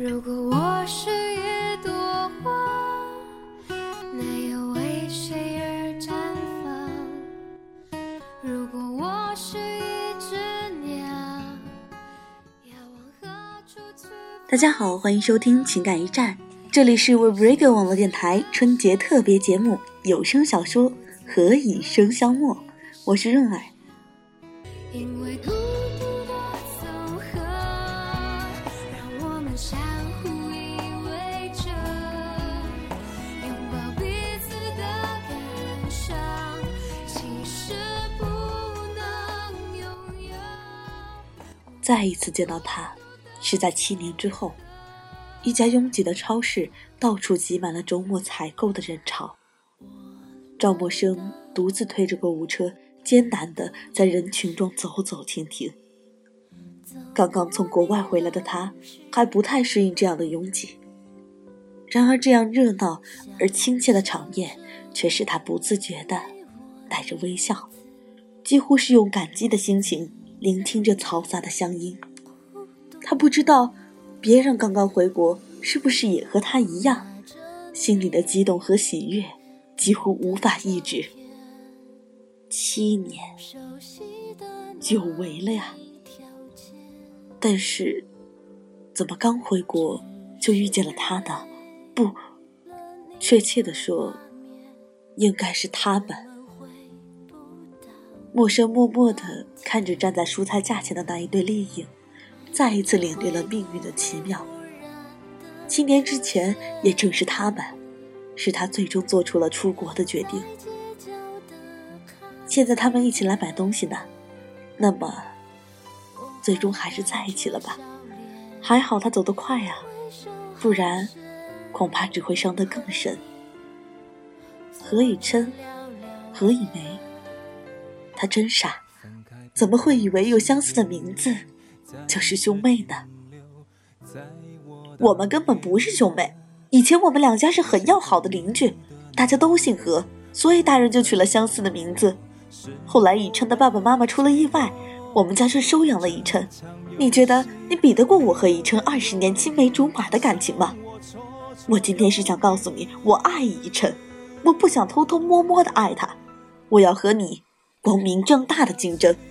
如果我是一朵花，那要为谁而绽放？如果我是一只鸟，要往何处去？ 大家好，欢迎收听情感驿站，这里是 Webradio 网络电台春节特别节目有声小说《何以笙箫默》，我是润儿。 因为孤独的总和，让我们相互依偎着，拥抱彼此的感伤，其实不能拥有。 再一次见到他是在7年之后，一家拥挤的超市到处挤满了周末采购的人潮。赵默笙独自推着购物车，艰难地在人群中走走停停。刚刚从国外回来的他还不太适应这样的拥挤，然而这样热闹而亲切的场面却使他不自觉地带着微笑，几乎是用感激的心情聆听着嘈杂的乡音。他不知道别人刚刚回国是不是也和他一样，心里的激动和喜悦几乎无法抑制。7年，久违了呀。但是，怎么刚回国就遇见了他呢？不，确切地说，应该是他们。默笙默默地看着站在蔬菜架前的那一对丽影，再一次领略了命运的奇妙。7年之前，也正是他们，使他最终做出了出国的决定。现在他们一起来买东西呢，那么最终还是在一起了吧？还好他走得快啊，不然恐怕只会伤得更深。何以琛，何以梅，他真傻，怎么会以为有相似的名字就是兄妹呢？我们根本不是兄妹，以前我们两家是很要好的邻居，大家都姓何，所以大人就取了相似的名字。后来以琛的爸爸妈妈出了意外，我们家就收养了以琛。你觉得你比得过我和以琛20年青梅竹马的感情吗？我今天是想告诉你，我爱以琛，我不想偷偷摸摸的爱他，我要和你光明正大的竞争。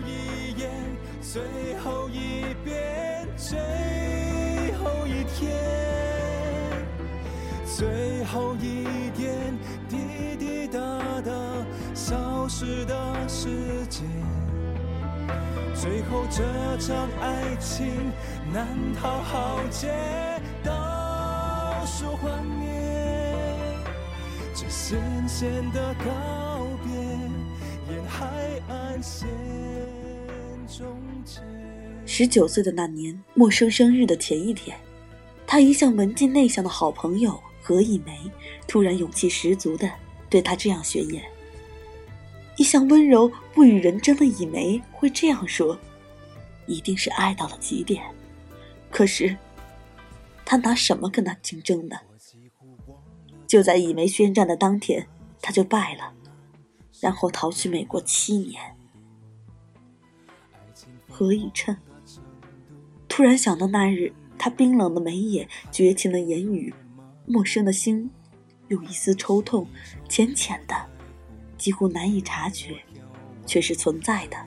最后一点滴滴答答消失的时间，最后这场爱情难逃浩劫，倒数幻灭，这咸咸的告别，沿海岸线终结。 19岁的那年，默笙生日的前一天，他一向文静内向的好朋友何以梅突然勇气十足地对他这样宣言。一向温柔不与人争的以梅会这样说，一定是爱到了极点。可是他拿什么跟他竞争呢？就在以梅宣战的当天，他就败了，然后逃去美国7年。何以琛突然想到那日他冰冷的眉眼，绝情的言语，默笙的心有一丝抽痛，浅浅的，几乎难以察觉，却是存在的。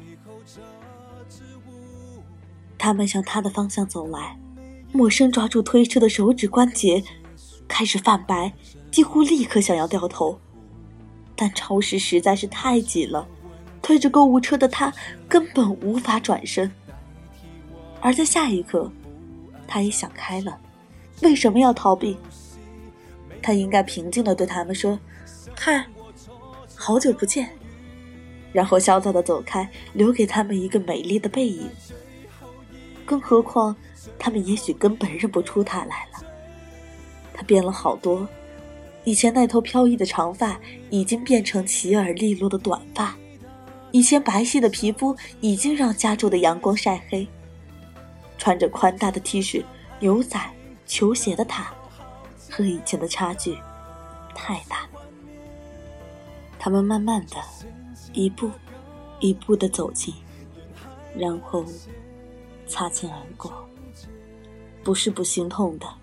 他们向他的方向走来，默笙抓住推车的手指关节，开始泛白，几乎立刻想要掉头，但超市实在是太挤了，推着购物车的他根本无法转身。而在下一刻，他也想开了，为什么要逃避？他应该平静地对他们说：“嗨，好久不见。”然后潇洒地走开，留给他们一个美丽的背影。更何况，他们也许根本认不出他来了。他变了好多，以前那头飘逸的长发已经变成齐耳利落的短发，以前白皙的皮肤已经让家中的阳光晒黑。穿着宽大的 T 恤、牛仔、球鞋的他，和以前的差距太大。他们慢慢的，一步一步的走近，然后擦肩而过。 不是不心痛的。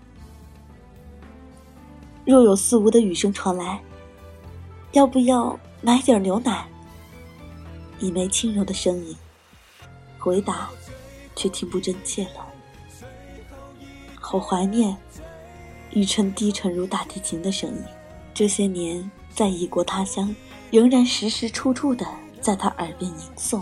若有似无的语声传来，要不要买点牛奶？一枚轻柔的声音，回答却听不真切了。好怀念雨琛低沉如大提琴的声音，这些年在异国他乡仍然时时处处的在他耳边吟诵。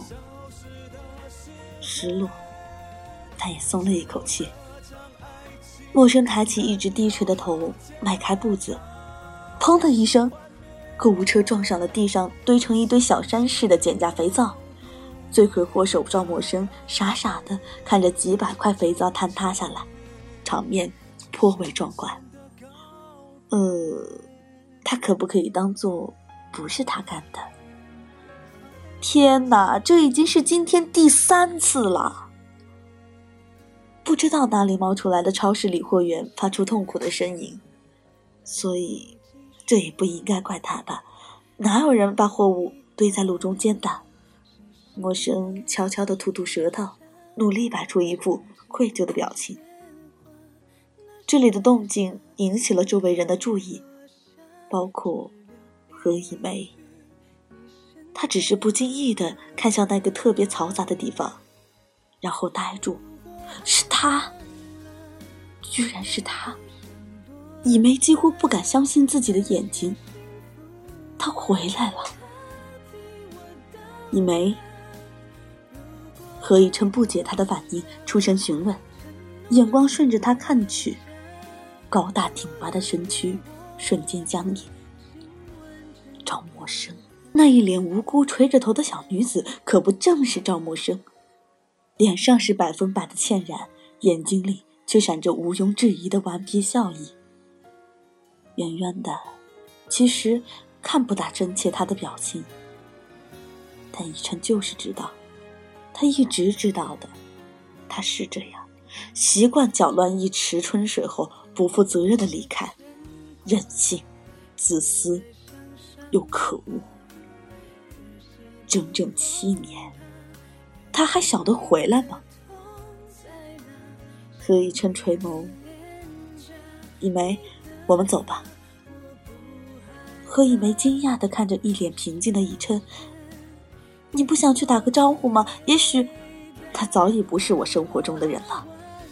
失落，他也松了一口气。陌生抬起一直低垂的头，迈开步子，砰的一声，购物车撞上了地上堆成一堆小山似的减价肥皂。罪魁祸首赵默笙傻傻的看着几百块肥皂坍塌下来，场面颇为壮观。他可不可以当作不是他干的？天哪，这已经是今天第3次了。不知道哪里冒出来的超市理货员发出痛苦的呻吟，所以这也不应该怪他吧，哪有人把货物堆在路中间的？默笙悄悄地吐吐舌头，努力摆出一副愧疚的表情。这里的动静引起了周围人的注意，包括何以玫。他只是不经意地看向那个特别嘈杂的地方，然后呆住。是他，居然是他！以玫几乎不敢相信自己的眼睛，他回来了。以玫，何以琛不解他的反应，出声询问，眼光顺着他看去，高大挺拔的身躯瞬间僵硬。赵默笙，那一脸无辜垂着头的小女子，可不正是赵默笙？脸上是100%的歉然，眼睛里却闪着毋庸置疑的顽皮笑意。圆圆的，其实看不大真切他的表情，但以琛就是知道，他一直知道的，他是这样，习惯搅乱一池春水后不负责任的离开，任性、自私又可恶。整整7年，他还晓得回来吗？何以琛垂眸，以玫，我们走吧。何以玫惊讶地看着一脸平静的以琛，你不想去打个招呼吗？也许他早已不是我生活中的人了。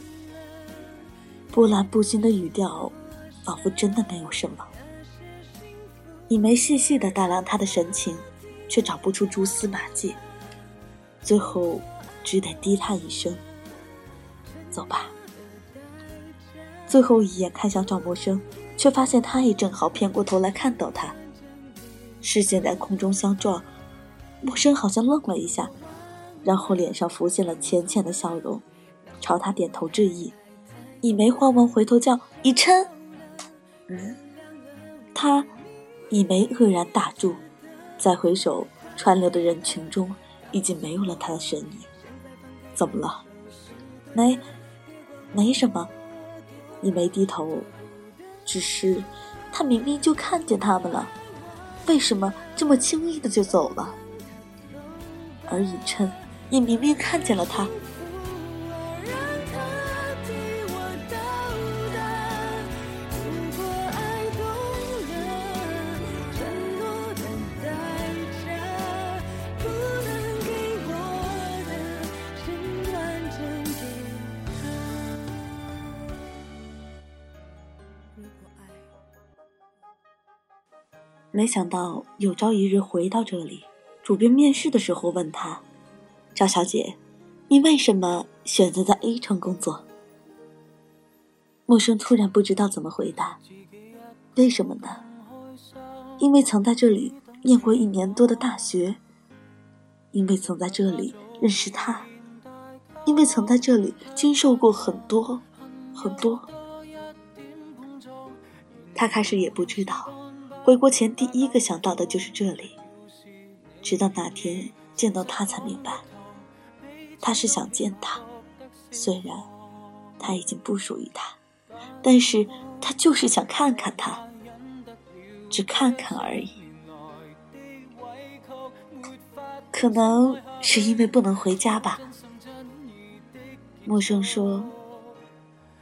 波澜不惊的语调仿佛真的没有什么。以玫细细地打量他的神情，却找不出蛛丝马迹，最后只得低叹一声，走吧。最后一眼看向赵默笙，却发现他也正好偏过头来看到他，视线在空中相撞，默笙好像愣了一下，然后脸上浮现了浅浅的笑容，朝他点头致意。以玫慌忙回头叫以琛。以玫愕然打住，再回首川流的人群中已经没有了他的身影。怎么了？没什么。以玫低头，只是他明明就看见他们了，为什么这么轻易的就走了？而以琛也明明看见了他。没想到有朝一日回到这里，主编面试的时候问他，赵小姐，你为什么选择在 A 城工作？默笙突然不知道怎么回答。为什么呢？因为曾在这里念过1年多的大学，因为曾在这里认识他，因为曾在这里经受过很多很多。他开始也不知道，回国前第一个想到的就是这里，直到那天见到他才明白，他是想见他，虽然他已经不属于他，但是他就是想看看他，只看看而已。可能是因为不能回家吧。默笙说，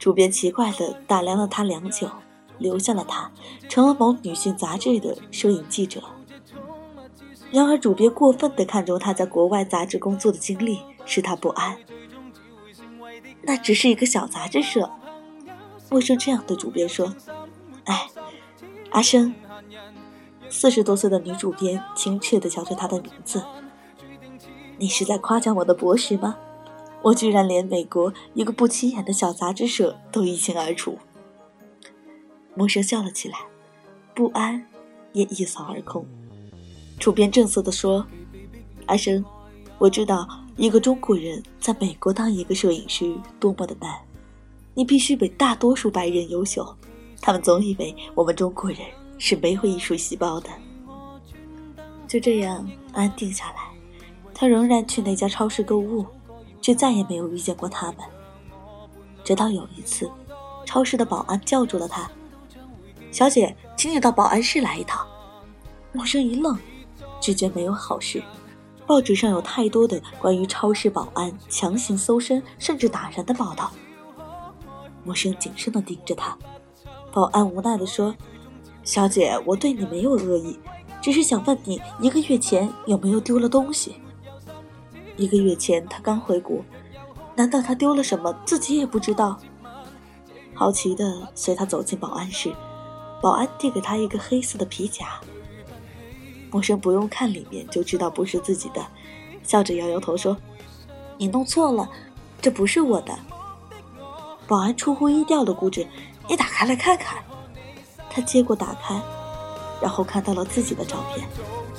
主编奇怪地打量了他良久，留下了他，成了某女性杂志的摄影记者。然而主编过分地看重他在国外杂志工作的经历，使他不安。那只是一个小杂志社。陌生这样对主编说。哎，阿生。40多岁的女主编亲切地叫着他的名字。你是在夸奖我的博识吗？我居然连美国一个不起眼的小杂志社都一清二楚。陌生笑了起来，不安也一扫而空。主编正色地说，阿生，我知道一个中国人在美国当一个摄影师多么的难，你必须比大多数白人优秀，他们总以为我们中国人是没有艺术细胞的。就这样安定下来，他仍然去那家超市购物，却再也没有遇见过他们。直到有一次，超市的保安叫住了他，小姐，请你到保安室来一趟。陌生一愣，只觉没有好事。报纸上有太多的关于超市保安强行搜身甚至打人的报道。陌生谨慎地盯着他，保安无奈地说，小姐，我对你没有恶意，只是想问你1个月前有没有丢了东西。1个月前他刚回国，难道他丢了什么自己也不知道？好奇地随他走进保安室，保安递给他一个黑色的皮夹。陌生不用看里面就知道不是自己的，笑着摇摇头说，你弄错了，这不是我的。保安出乎意料的估计，你打开来看看。他接过打开，然后看到了自己的照片。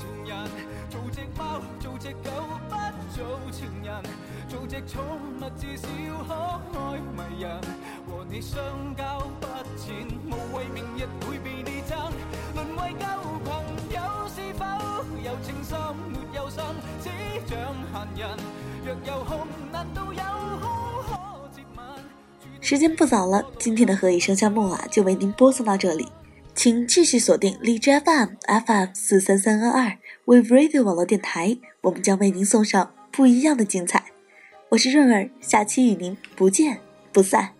时间不早了，今天的何以笙箫默就为您播送到这里，请继续锁定荔枝 FM43322 Wave Radio 网络电台，我们将为您送上不一样的精彩。我是润儿，下期与您不见不散。